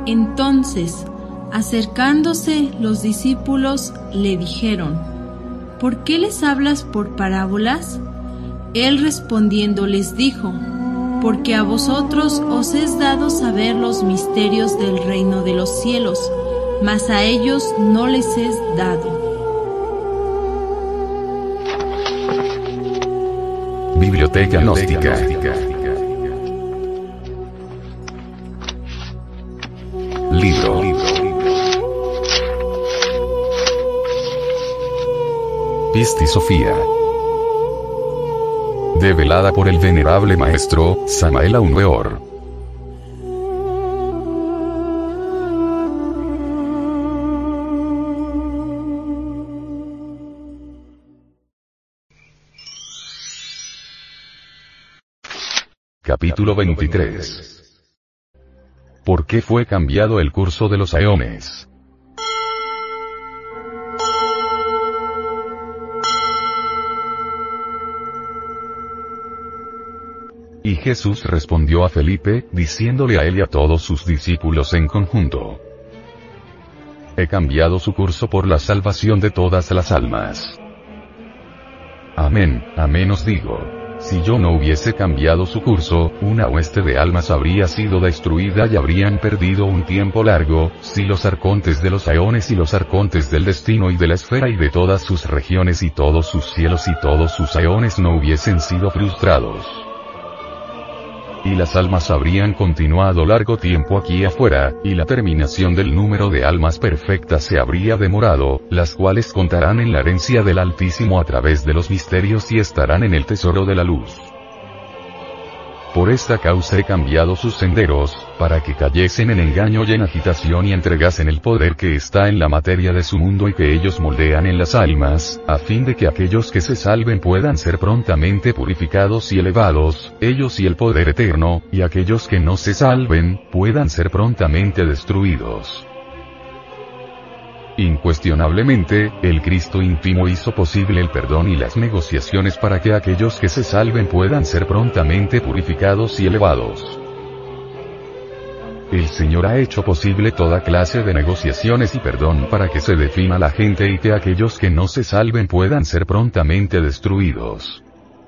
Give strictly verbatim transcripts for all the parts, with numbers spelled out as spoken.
Entonces, acercándose los discípulos, le dijeron: ¿Por qué les hablas por parábolas? Él respondiendo les dijo: Porque a vosotros os es dado saber los misterios del reino de los cielos, mas a ellos no les es dado. Biblioteca Gnóstica. Libro. Pisti Sofía. Develada por el venerable maestro Samael Aun Weor. Capítulo veintitrés. ¿Por qué fue cambiado el curso de los aeones? Y Jesús respondió a Felipe, diciéndole a él y a todos sus discípulos en conjunto: He cambiado su curso por la salvación de todas las almas. Amén, amén os digo. Si yo no hubiese cambiado su curso, una hueste de almas habría sido destruida y habrían perdido un tiempo largo, si los arcontes de los aeones y los arcontes del destino y de la esfera y de todas sus regiones y todos sus cielos y todos sus aeones no hubiesen sido frustrados. Y las almas habrían continuado largo tiempo aquí afuera, y la terminación del número de almas perfectas se habría demorado, las cuales contarán en la herencia del Altísimo a través de los misterios y estarán en el tesoro de la luz. Por esta causa he cambiado sus senderos, para que cayesen en engaño y en agitación y entregasen el poder que está en la materia de su mundo y que ellos moldean en las almas, a fin de que aquellos que se salven puedan ser prontamente purificados y elevados, ellos y el poder eterno, y aquellos que no se salven, puedan ser prontamente destruidos. Incuestionablemente, el Cristo íntimo hizo posible el perdón y las negociaciones para que aquellos que se salven puedan ser prontamente purificados y elevados. El Señor ha hecho posible toda clase de negociaciones y perdón para que se defina la gente y que aquellos que no se salven puedan ser prontamente destruidos.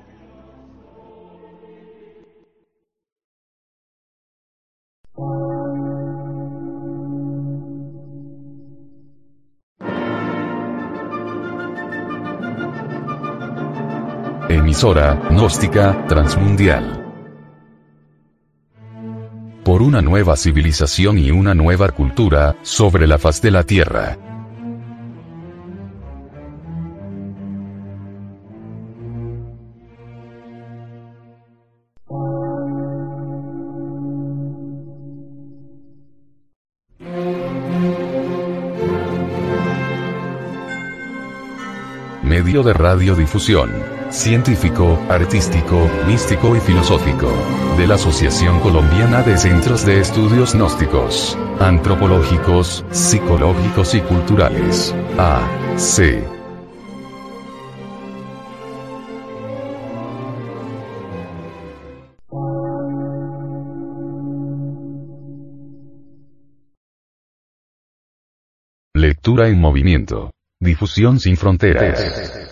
Emisora gnóstica transmundial. Por una nueva civilización y una nueva cultura sobre la faz de la Tierra. Medio de radiodifusión, científico, artístico, místico y filosófico, de la Asociación Colombiana de Centros de Estudios Gnósticos, Antropológicos, Psicológicos y Culturales, A C Lectura en movimiento. Difusión sin fronteras.